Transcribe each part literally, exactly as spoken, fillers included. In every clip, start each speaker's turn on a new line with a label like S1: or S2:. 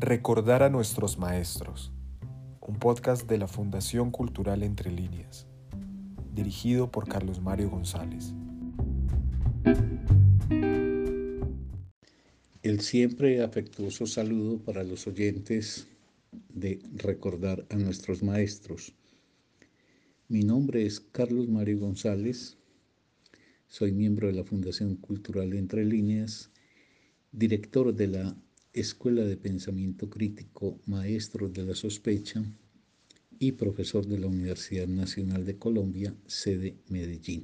S1: Recordar a nuestros maestros, un podcast de la Fundación Cultural Entre Líneas, dirigido por Carlos Mario González.
S2: El siempre afectuoso saludo para los oyentes de Recordar a nuestros maestros. Mi nombre es Carlos Mario González, soy miembro de la Fundación Cultural Entre Líneas, director de la Escuela de Pensamiento Crítico Maestros de la Sospecha y profesor de la Universidad Nacional de Colombia, sede Medellín.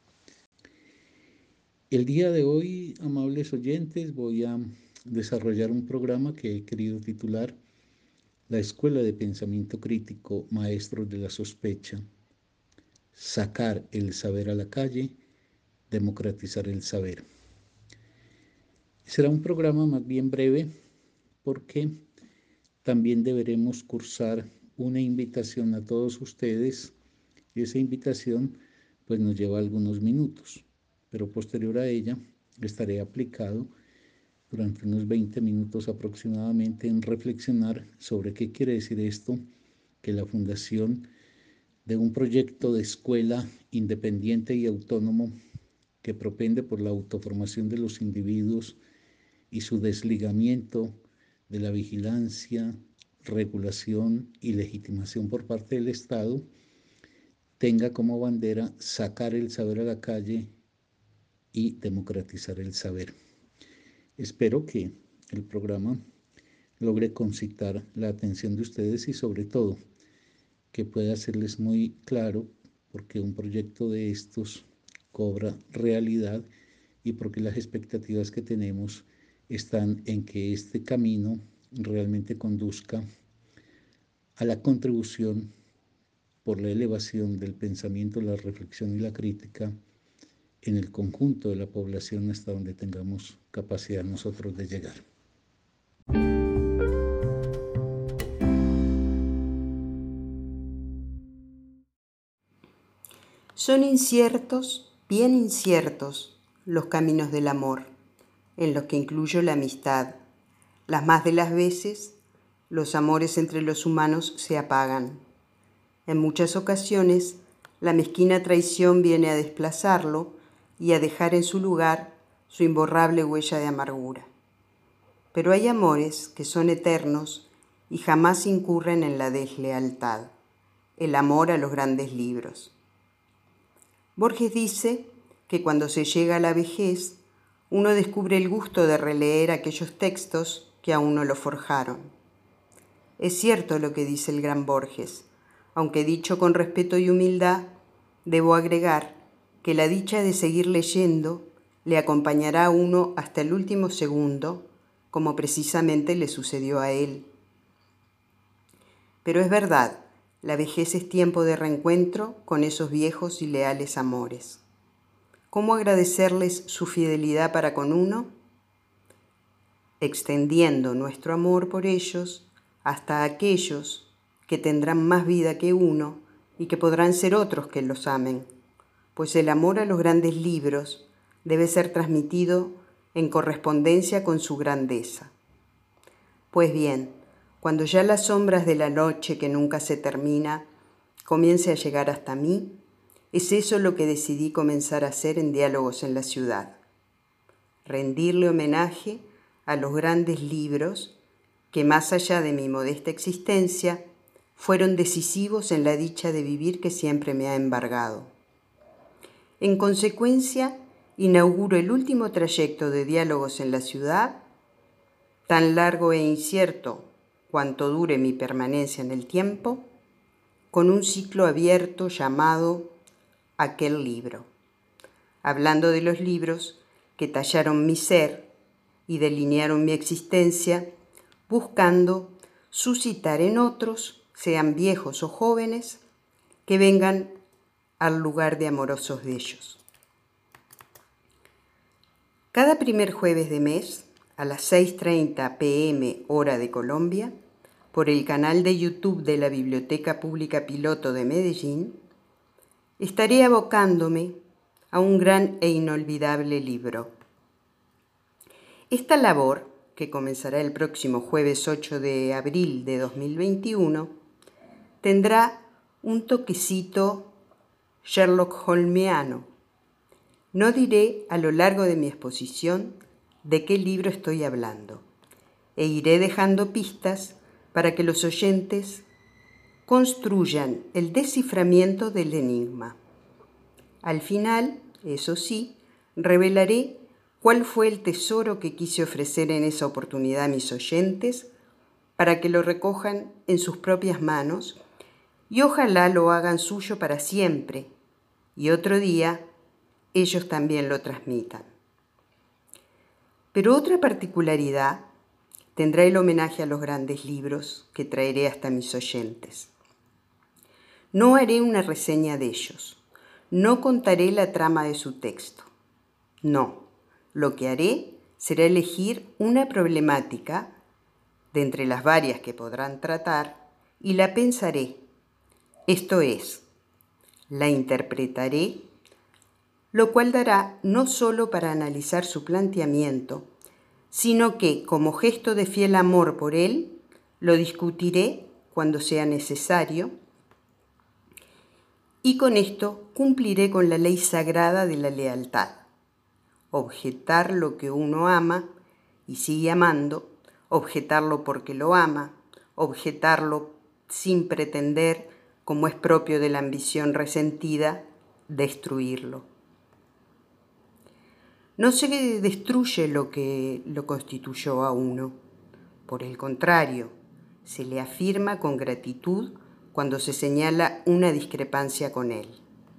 S2: El día de hoy, amables oyentes, voy a desarrollar un programa que he querido titular La Escuela de Pensamiento Crítico Maestros de la Sospecha, sacar el saber a la calle, democratizar el saber. Será un programa más bien breve porque también deberemos cursar una invitación a todos ustedes. Esa invitación pues nos lleva algunos minutos, pero posterior a ella estaré aplicado durante unos veinte minutos aproximadamente en reflexionar sobre qué quiere decir esto, que la fundación de un proyecto de escuela independiente y autónomo que propende por la autoformación de los individuos y su desligamiento de la vigilancia, regulación y legitimación por parte del Estado, tenga como bandera sacar el saber a la calle y democratizar el saber. Espero que el programa logre concitar la atención de ustedes y sobre todo que pueda hacerles muy claro por qué un proyecto de estos cobra realidad y porque las expectativas que tenemos están en que este camino realmente conduzca a la contribución por la elevación del pensamiento, la reflexión y la crítica en el conjunto de la población hasta donde tengamos capacidad nosotros de llegar.
S3: Son inciertos, bien inciertos, los caminos del amor, en los que incluyo la amistad. Las más de las veces, los amores entre los humanos se apagan. En muchas ocasiones, la mezquina traición viene a desplazarlo y a dejar en su lugar su imborrable huella de amargura. Pero hay amores que son eternos y jamás incurren en la deslealtad. El amor a los grandes libros. Borges dice que cuando se llega a la vejez, uno descubre el gusto de releer aquellos textos que a uno lo forjaron. Es cierto lo que dice el gran Borges, aunque dicho con respeto y humildad, debo agregar que la dicha de seguir leyendo le acompañará a uno hasta el último segundo, como precisamente le sucedió a él. Pero es verdad, la vejez es tiempo de reencuentro con esos viejos y leales amores. ¿Cómo agradecerles su fidelidad para con uno? Extendiendo nuestro amor por ellos hasta aquellos que tendrán más vida que uno y que podrán ser otros que los amen, pues el amor a los grandes libros debe ser transmitido en correspondencia con su grandeza. Pues bien, cuando ya las sombras de la noche que nunca se termina comience a llegar hasta mí, es eso lo que decidí comenzar a hacer en Diálogos en la Ciudad. Rendirle homenaje a los grandes libros que, más allá de mi modesta existencia, fueron decisivos en la dicha de vivir que siempre me ha embargado. En consecuencia, inauguro el último trayecto de Diálogos en la Ciudad, tan largo e incierto cuanto dure mi permanencia en el tiempo, con un ciclo abierto llamado Aquel libro, hablando de los libros que tallaron mi ser y delinearon mi existencia, buscando suscitar en otros, sean viejos o jóvenes, que vengan al lugar de amorosos de ellos. Cada primer jueves de mes, a las seis treinta pm hora de Colombia, por el canal de YouTube de la Biblioteca Pública Piloto de Medellín, estaré abocándome a un gran e inolvidable libro. Esta labor que comenzará el próximo jueves ocho de abril de dos mil veintiuno, tendrá un toquecito Sherlock Holmeano. No diré a lo largo de mi exposición de qué libro estoy hablando, e iré dejando pistas para que los oyentes construyan el desciframiento del enigma. Al final, eso sí, revelaré cuál fue el tesoro que quise ofrecer en esa oportunidad a mis oyentes para que lo recojan en sus propias manos y ojalá lo hagan suyo para siempre y otro día ellos también lo transmitan. Pero otra particularidad tendrá el homenaje a los grandes libros que traeré hasta mis oyentes. No haré una reseña de ellos, no contaré la trama de su texto. No, lo que haré será elegir una problemática de entre las varias que podrán tratar y la pensaré, esto es, la interpretaré, lo cual dará no solo para analizar su planteamiento, sino que, como gesto de fiel amor por él, lo discutiré cuando sea necesario y con esto cumpliré con la ley sagrada de la lealtad. Objetar lo que uno ama y sigue amando, objetarlo porque lo ama, objetarlo sin pretender, como es propio de la ambición resentida, destruirlo. No se destruye lo que lo constituyó a uno. Por el contrario, se le afirma con gratitud cuando se señala una discrepancia con él.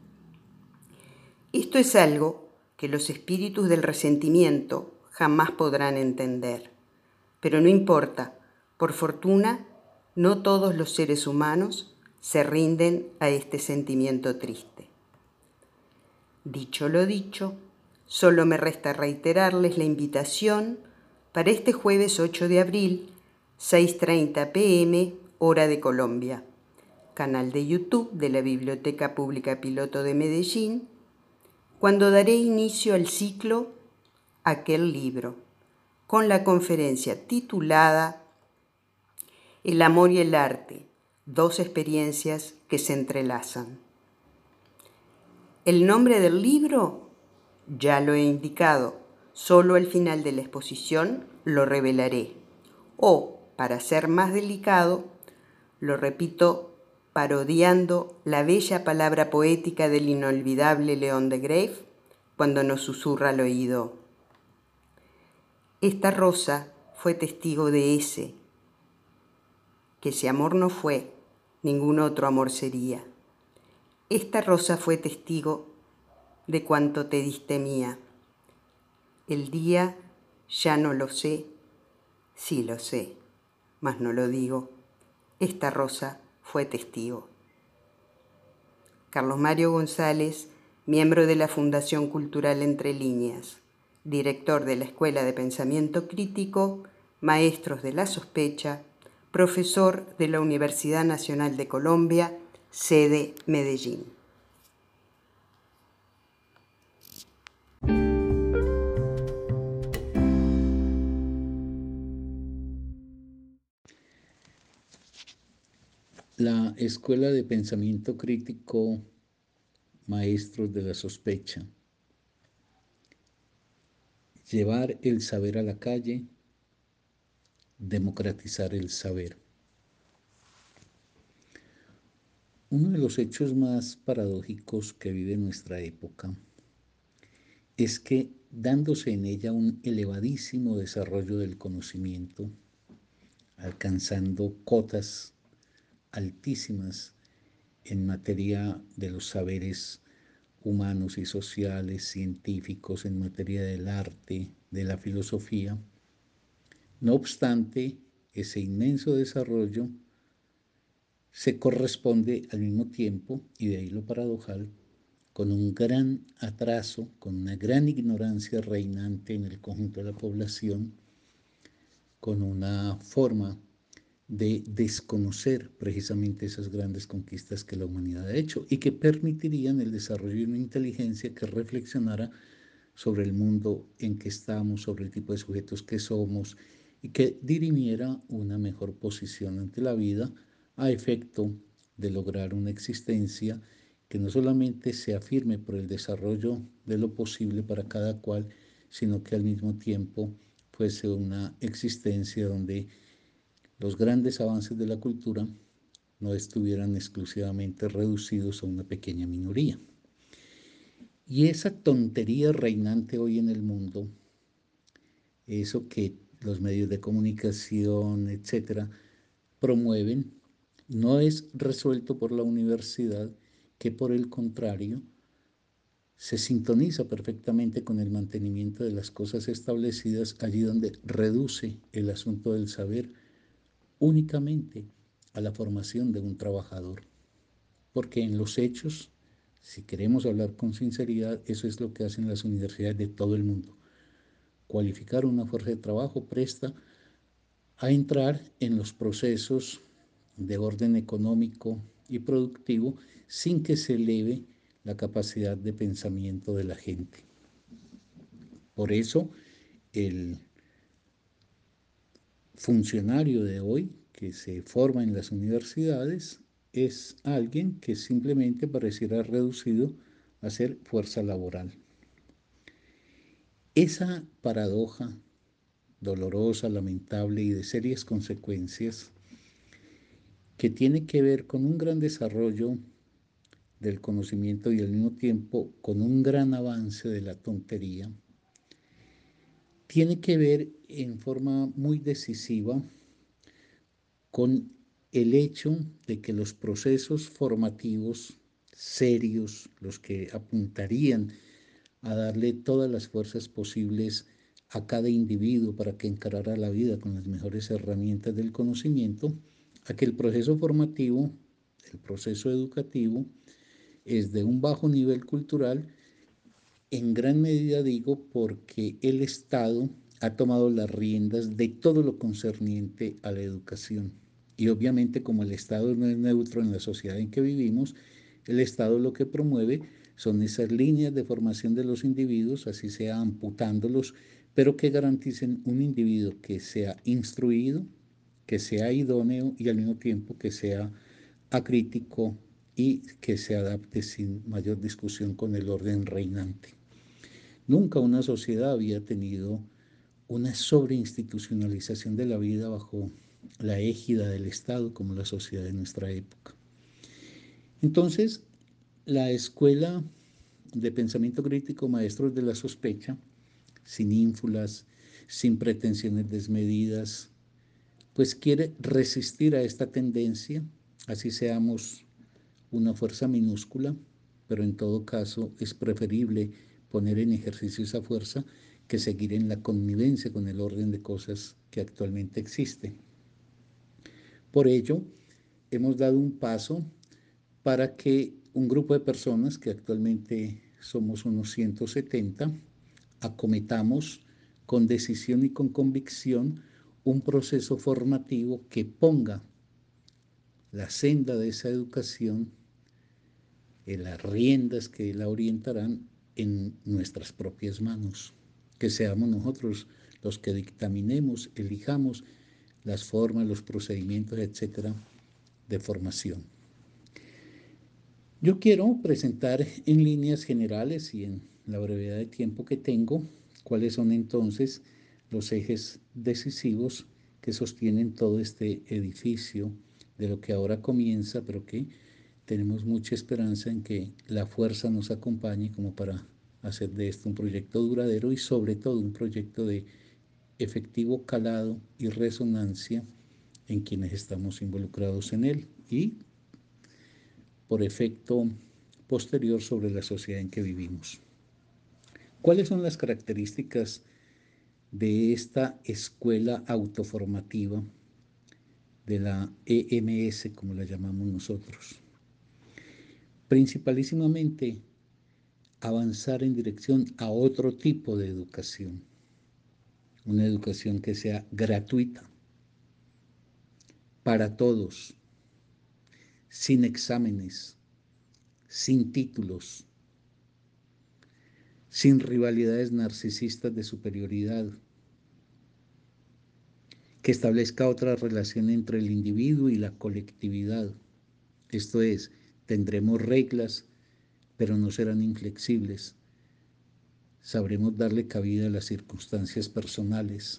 S3: Esto es algo que los espíritus del resentimiento jamás podrán entender. Pero no importa, por fortuna, no todos los seres humanos se rinden a este sentimiento triste. Dicho lo dicho, solo me resta reiterarles la invitación para este jueves ocho de abril, seis treinta pe eme, hora de Colombia, canal de YouTube de la Biblioteca Pública Piloto de Medellín, cuando daré inicio al ciclo Aquel libro, con la conferencia titulada El amor y el arte, dos experiencias que se entrelazan. El nombre del libro ya lo he indicado, solo al final de la exposición lo revelaré. O, para ser más delicado, lo repito parodiando la bella palabra poética del inolvidable León de Greiff cuando nos susurra al oído: esta rosa fue testigo de ese, que si amor no fue, ningún otro amor sería. Esta rosa fue testigo de cuanto te diste mía. El día ya no lo sé, sí lo sé, mas no lo digo. Esta rosa fue testigo. Carlos Mario González, miembro de la Fundación Cultural Entre Líneas, director de la Escuela de Pensamiento Crítico, Maestros de la Sospecha, profesor de la Universidad Nacional de Colombia, sede Medellín.
S2: La Escuela de Pensamiento Crítico, Maestros de la Sospecha. Llevar el saber a la calle, democratizar el saber. Uno de los hechos más paradójicos que vive nuestra época es que, dándose en ella un elevadísimo desarrollo del conocimiento, alcanzando cotas altísimas en materia de los saberes humanos y sociales, científicos, en materia del arte, de la filosofía. No obstante, ese inmenso desarrollo se corresponde al mismo tiempo, y de ahí lo paradojal, con un gran atraso, con una gran ignorancia reinante en el conjunto de la población, con una forma de desconocer precisamente esas grandes conquistas que la humanidad ha hecho y que permitirían el desarrollo de una inteligencia que reflexionara sobre el mundo en que estamos, sobre el tipo de sujetos que somos y que dirimiera una mejor posición ante la vida a efecto de lograr una existencia que no solamente se afirme por el desarrollo de lo posible para cada cual, sino que al mismo tiempo fuese una existencia donde los grandes avances de la cultura no estuvieran exclusivamente reducidos a una pequeña minoría. Y esa tontería reinante hoy en el mundo, eso que los medios de comunicación, etcétera, promueven, no es resuelto por la universidad, que por el contrario se sintoniza perfectamente con el mantenimiento de las cosas establecidas, allí donde reduce el asunto del saber únicamente a la formación de un trabajador. Porque en los hechos, si queremos hablar con sinceridad, eso es lo que hacen las universidades de todo el mundo. Cualificar una fuerza de trabajo presta a entrar en los procesos de orden económico y productivo sin que se eleve la capacidad de pensamiento de la gente. Por eso, el funcionario de hoy que se forma en las universidades es alguien que simplemente pareciera reducido a ser fuerza laboral. Esa paradoja dolorosa, lamentable y de serias consecuencias, que tiene que ver con un gran desarrollo del conocimiento y al mismo tiempo con un gran avance de la tontería, tiene que ver en forma muy decisiva con el hecho de que los procesos formativos serios, los que apuntarían a darle todas las fuerzas posibles a cada individuo para que encarara la vida con las mejores herramientas del conocimiento, a que el proceso formativo, el proceso educativo, es de un bajo nivel cultural, en gran medida digo porque el Estado ha tomado las riendas de todo lo concerniente a la educación. Y obviamente como el Estado no es neutro en la sociedad en que vivimos, el Estado lo que promueve son esas líneas de formación de los individuos, así sea amputándolos, pero que garanticen un individuo que sea instruido, que sea idóneo y al mismo tiempo que sea acrítico y que se adapte sin mayor discusión con el orden reinante. Nunca una sociedad había tenido una sobreinstitucionalización de la vida bajo la égida del Estado como la sociedad de nuestra época. Entonces, la escuela de pensamiento crítico Maestros de la Sospecha, sin ínfulas, sin pretensiones desmedidas, pues quiere resistir a esta tendencia, así seamos una fuerza minúscula, pero en todo caso es preferible poner en ejercicio esa fuerza que seguir en la connivencia con el orden de cosas que actualmente existe. Por ello, hemos dado un paso para que un grupo de personas, que actualmente somos unos ciento setenta, acometamos con decisión y con convicción un proceso formativo que ponga la senda de esa educación, en las riendas que la orientarán en nuestras propias manos, que seamos nosotros los que dictaminemos, elijamos las formas, los procedimientos, etcétera, de formación. Yo quiero presentar en líneas generales y en la brevedad de tiempo que tengo, cuáles son entonces los ejes decisivos que sostienen todo este edificio de lo que ahora comienza, pero que tenemos mucha esperanza en que la fuerza nos acompañe como para hacer de esto un proyecto duradero y sobre todo un proyecto de efectivo calado y resonancia en quienes estamos involucrados en él y por efecto posterior sobre la sociedad en que vivimos. ¿Cuáles son las características de esta escuela autoformativa de la E M S, como la llamamos nosotros? Principalísimamente, avanzar en dirección a otro tipo de educación, una educación que sea gratuita para todos, sin exámenes, sin títulos, sin rivalidades narcisistas de superioridad, que establezca otra relación entre el individuo y la colectividad. Esto es, tendremos reglas, pero no serán inflexibles. Sabremos darle cabida a las circunstancias personales.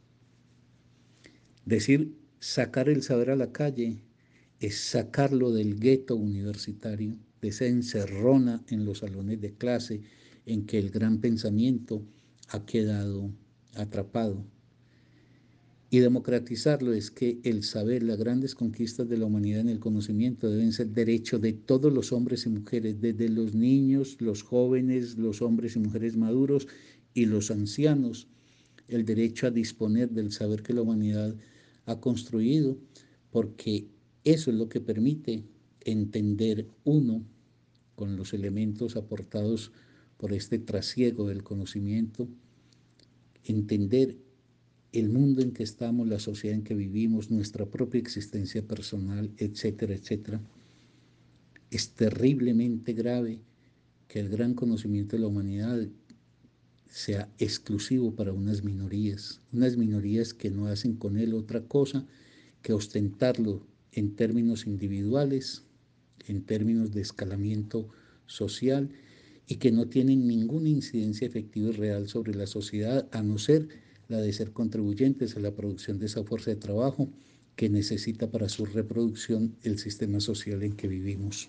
S2: Decir sacar el saber a la calle es sacarlo del gueto universitario, de esa encerrona en los salones de clase en que el gran pensamiento ha quedado atrapado. Y democratizarlo es que el saber, las grandes conquistas de la humanidad en el conocimiento deben ser derecho de todos los hombres y mujeres, desde los niños, los jóvenes, los hombres y mujeres maduros y los ancianos, el derecho a disponer del saber que la humanidad ha construido, porque eso es lo que permite entender uno con los elementos aportados por este trasiego del conocimiento, entender el mundo en que estamos, la sociedad en que vivimos, nuestra propia existencia personal, etcétera, etcétera. Es terriblemente grave que el gran conocimiento de la humanidad sea exclusivo para unas minorías, unas minorías que no hacen con él otra cosa que ostentarlo en términos individuales, en términos de escalamiento social, y que no tienen ninguna incidencia efectiva y real sobre la sociedad, a no ser la de ser contribuyentes a la producción de esa fuerza de trabajo que necesita para su reproducción el sistema social en que vivimos.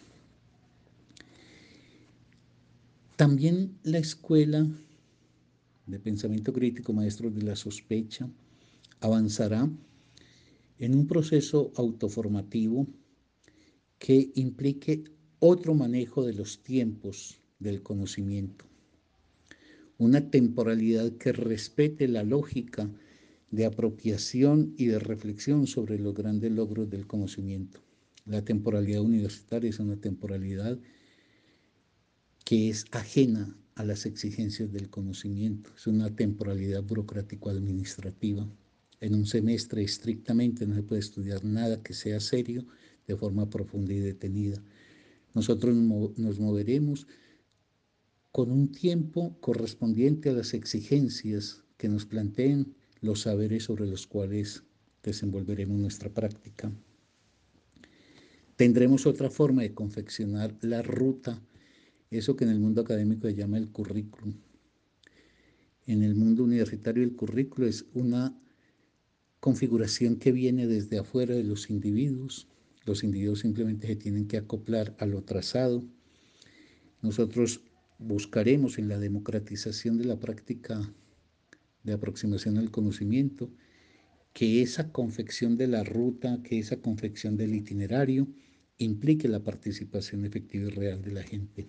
S2: También la escuela de pensamiento crítico, maestros de la sospecha, avanzará en un proceso autoformativo que implique otro manejo de los tiempos del conocimiento, una temporalidad que respete la lógica de apropiación y de reflexión sobre los grandes logros del conocimiento. La temporalidad universitaria es una temporalidad que es ajena a las exigencias del conocimiento, es una temporalidad burocrático-administrativa. En un semestre estrictamente no se puede estudiar nada que sea serio de forma profunda y detenida. Nosotros nos moveremos con un tiempo correspondiente a las exigencias que nos planteen los saberes sobre los cuales desenvolveremos nuestra práctica. Tendremos otra forma de confeccionar la ruta, eso que en el mundo académico se llama el currículum. En el mundo universitario el currículo es una configuración que viene desde afuera de los individuos. Los individuos simplemente se tienen que acoplar a lo trazado. Nosotros buscaremos en la democratización de la práctica de aproximación al conocimiento que esa confección de la ruta, que esa confección del itinerario implique la participación efectiva y real de la gente.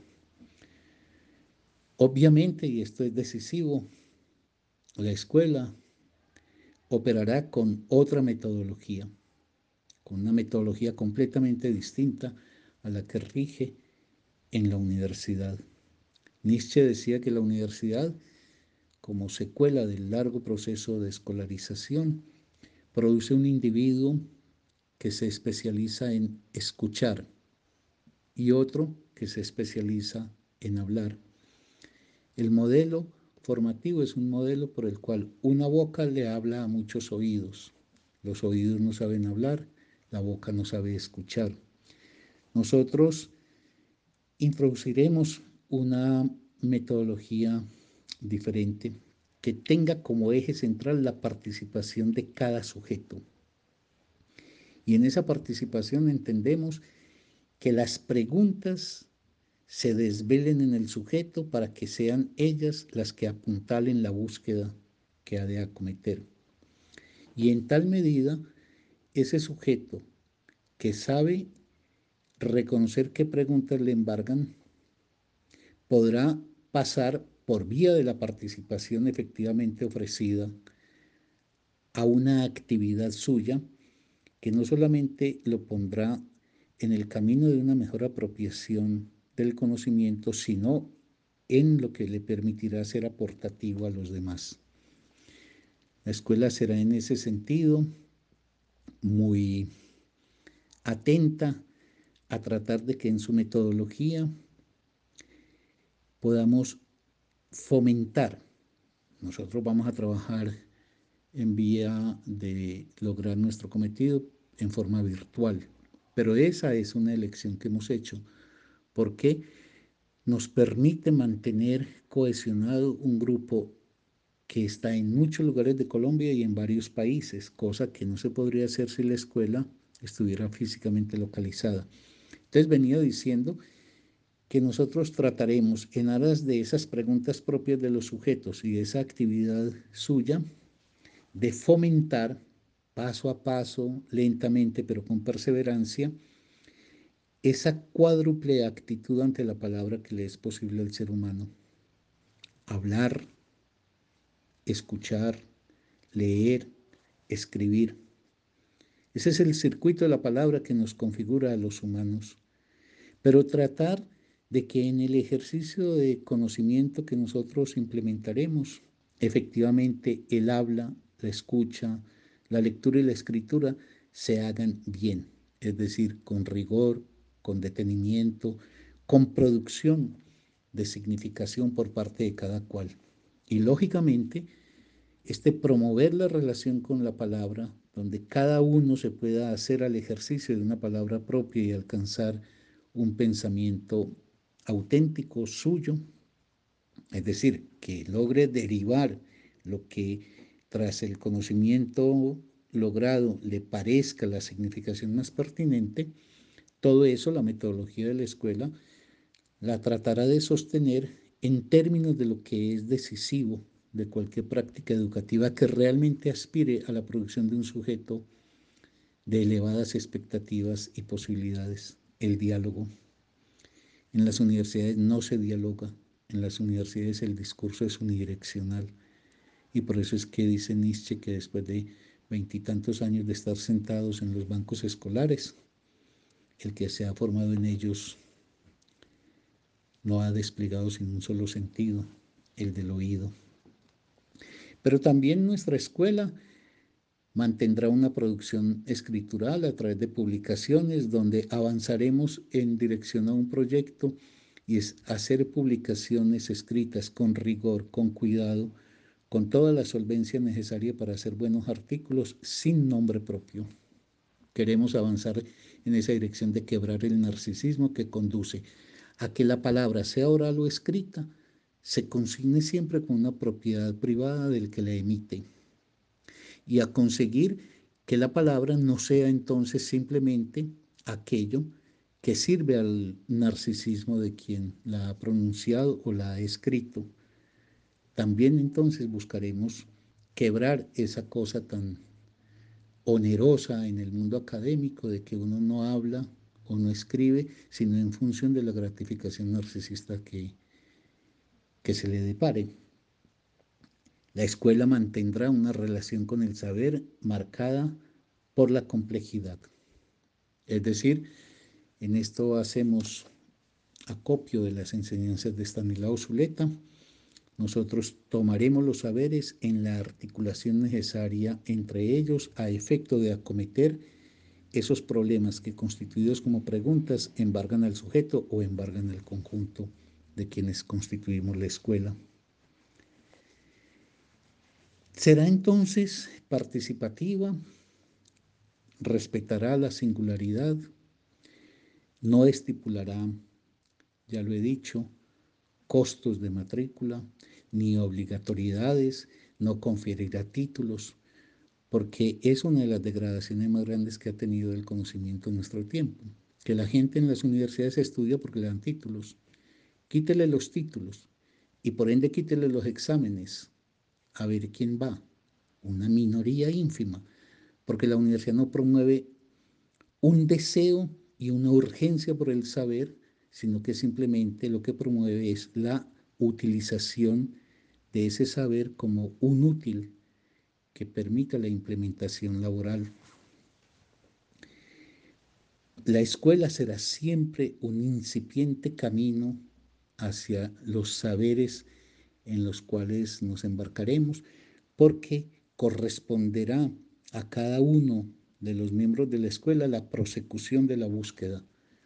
S2: Obviamente, y esto es decisivo, la escuela operará con otra metodología, con una metodología completamente distinta a la que rige en la universidad. Nietzsche decía que la universidad, como secuela del largo proceso de escolarización, produce un individuo que se especializa en escuchar y otro que se especializa en hablar. El modelo formativo es un modelo por el cual una boca le habla a muchos oídos. Los oídos no saben hablar, la boca no sabe escuchar. Nosotros introduciremos una metodología diferente que tenga como eje central la participación de cada sujeto. Y en esa participación entendemos que las preguntas se desvelen en el sujeto para que sean ellas las que apuntalen la búsqueda que ha de acometer. Y en tal medida, ese sujeto que sabe reconocer qué preguntas le embargan, podrá pasar por vía de la participación efectivamente ofrecida a una actividad suya que no solamente lo pondrá en el camino de una mejor apropiación del conocimiento, sino en lo que le permitirá ser aportativo a los demás. La escuela será en ese sentido muy atenta a tratar de que en su metodología podamos fomentar. Nosotros vamos a trabajar en vía de lograr nuestro cometido en forma virtual. Pero esa es una elección que hemos hecho porque nos permite mantener cohesionado un grupo que está en muchos lugares de Colombia y en varios países, cosa que no se podría hacer si la escuela estuviera físicamente localizada. Entonces venía diciendo que nosotros trataremos en aras de esas preguntas propias de los sujetos y de esa actividad suya, de fomentar paso a paso, lentamente, pero con perseverancia, esa cuádruple actitud ante la palabra que le es posible al ser humano. Hablar, escuchar, leer, escribir. Ese es el circuito de la palabra que nos configura a los humanos. Pero tratar de que en el ejercicio de conocimiento que nosotros implementaremos, efectivamente el habla, la escucha, la lectura y la escritura se hagan bien, es decir, con rigor, con detenimiento, con producción de significación por parte de cada cual. Y lógicamente, este promover la relación con la palabra, donde cada uno se pueda hacer al ejercicio de una palabra propia y alcanzar un pensamiento auténtico suyo, es decir, que logre derivar lo que tras el conocimiento logrado le parezca la significación más pertinente, todo eso la metodología de la escuela la tratará de sostener en términos de lo que es decisivo de cualquier práctica educativa que realmente aspire a la producción de un sujeto de elevadas expectativas y posibilidades, el diálogo. En las universidades no se dialoga, en las universidades el discurso es unidireccional y por eso es que dice Nietzsche que después de veintitantos años de estar sentados en los bancos escolares, el que se ha formado en ellos no ha desplegado sin un solo sentido, el del oído. Pero también nuestra escuela mantendrá una producción escritural a través de publicaciones donde avanzaremos en dirección a un proyecto y es hacer publicaciones escritas con rigor, con cuidado, con toda la solvencia necesaria para hacer buenos artículos sin nombre propio. Queremos avanzar en esa dirección de quebrar el narcisismo que conduce a que la palabra, sea oral o escrita, se consigne siempre con una propiedad privada del que la emite y a conseguir que la palabra no sea entonces simplemente aquello que sirve al narcisismo de quien la ha pronunciado o la ha escrito. También entonces buscaremos quebrar esa cosa tan onerosa en el mundo académico de que uno no habla o no escribe, sino en función de la gratificación narcisista que, que se le depare. La escuela mantendrá una relación con el saber marcada por la complejidad. Es decir, en esto hacemos acopio de las enseñanzas de Stanislao Zuleta. Nosotros tomaremos los saberes en la articulación necesaria entre ellos a efecto de acometer esos problemas que, constituidos como preguntas, embargan al sujeto o embargan al conjunto de quienes constituimos la escuela. Será entonces participativa, respetará la singularidad, no estipulará, ya lo he dicho, costos de matrícula, ni obligatoriedades, no conferirá títulos, porque es una de las degradaciones más grandes que ha tenido el conocimiento en nuestro tiempo, que la gente en las universidades estudia porque le dan títulos. Quítele los títulos y por ende quítele los exámenes. A ver quién va. Una minoría ínfima, porque la universidad no promueve un deseo y una urgencia por el saber, sino que simplemente lo que promueve es la utilización de ese saber como un útil que permita la implementación laboral. La escuela será siempre un incipiente camino hacia los saberes en los cuales nos embarcaremos, porque corresponderá a cada uno de los miembros de la escuela la prosecución de la búsqueda.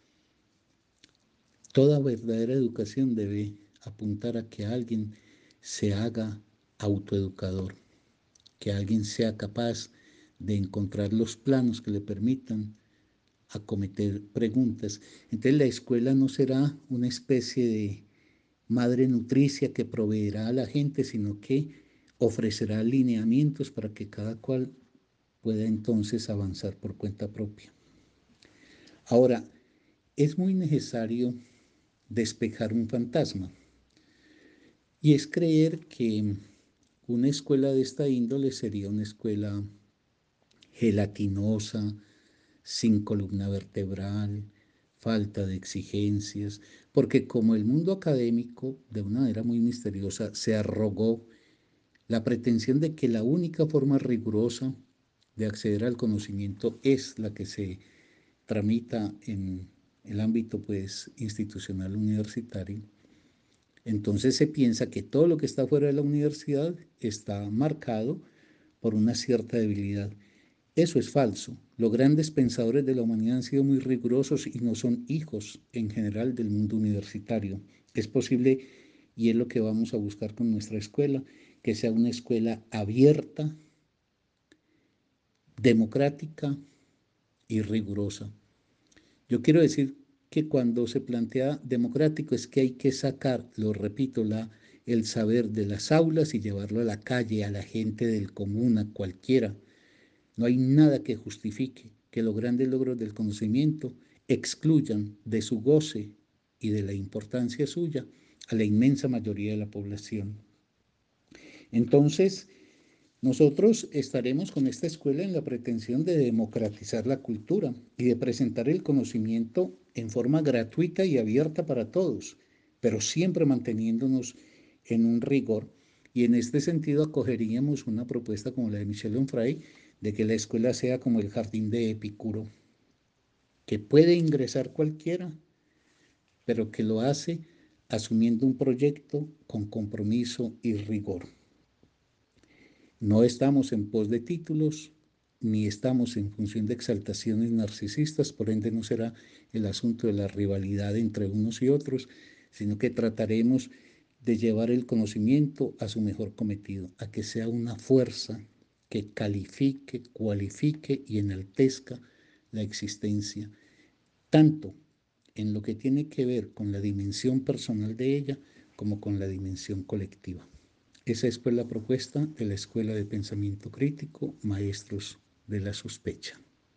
S2: Toda verdadera educación debe apuntar a que alguien se haga autoeducador. que alguien sea capaz de encontrar los planos que le permitan acometer preguntas. Entonces la escuela no será una especie de madre nutricia que proveerá a la gente, sino que ofrecerá lineamientos para que cada cual pueda entonces avanzar por cuenta propia. Ahora, es muy necesario despejar un fantasma, y es creer que una escuela de esta índole sería una escuela gelatinosa, sin columna vertebral, falta de exigencias, porque como el mundo académico, de una manera muy misteriosa, se arrogó la pretensión de que la única forma rigurosa de acceder al conocimiento es la que se tramita en el ámbito pues, institucional universitario, entonces se piensa que todo lo que está fuera de la universidad está marcado por una cierta debilidad. Eso es falso. Los grandes pensadores de la humanidad han sido muy rigurosos y no son hijos en general del mundo universitario. Es posible, y es lo que vamos a buscar con nuestra escuela, que sea una escuela abierta, democrática y rigurosa. Yo quiero decir que cuando se plantea democrático es que hay que sacar, lo repito, la, el saber de las aulas y llevarlo a la calle, a la gente del común, a cualquiera. No hay nada que justifique que los grandes logros del conocimiento excluyan de su goce y de la importancia suya a la inmensa mayoría de la población. Entonces, nosotros estaremos con esta escuela en la pretensión de democratizar la cultura y de presentar el conocimiento en forma gratuita y abierta para todos, pero siempre manteniéndonos en un rigor. Y en este sentido acogeríamos una propuesta como la de Michel Onfray, de que la escuela sea como el jardín de Epicuro, que puede ingresar cualquiera, pero que lo hace asumiendo un proyecto con compromiso y rigor. No estamos en pos de títulos, ni estamos en función de exaltaciones narcisistas, por ende no será el asunto de la rivalidad entre unos y otros, sino que trataremos de llevar el conocimiento a su mejor cometido, a que sea una fuerza que califique, cualifique y enaltezca la existencia, tanto en lo que tiene que ver con la dimensión personal de ella como con la dimensión colectiva. Esa es pues la propuesta de la Escuela de Pensamiento Crítico, Maestros de la Sospecha.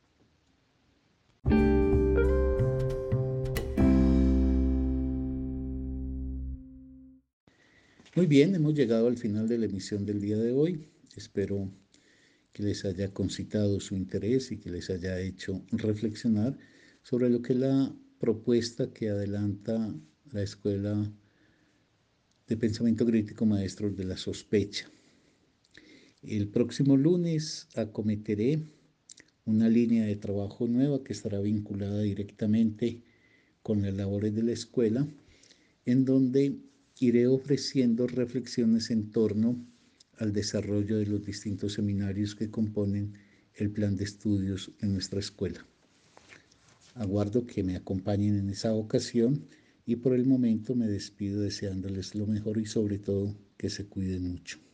S2: Muy bien, hemos llegado al final de la emisión del día de hoy. Espero que les haya concitado su interés y que les haya hecho reflexionar sobre lo que es la propuesta que adelanta la Escuela de Pensamiento Crítico, Maestros de la Sospecha. El próximo lunes acometeré una línea de trabajo nueva que estará vinculada directamente con las labores de la escuela, en donde iré ofreciendo reflexiones en torno al desarrollo de los distintos seminarios que componen el plan de estudios en nuestra escuela. Aguardo que me acompañen en esa ocasión y por el momento me despido deseándoles lo mejor y sobre todo que se cuiden mucho.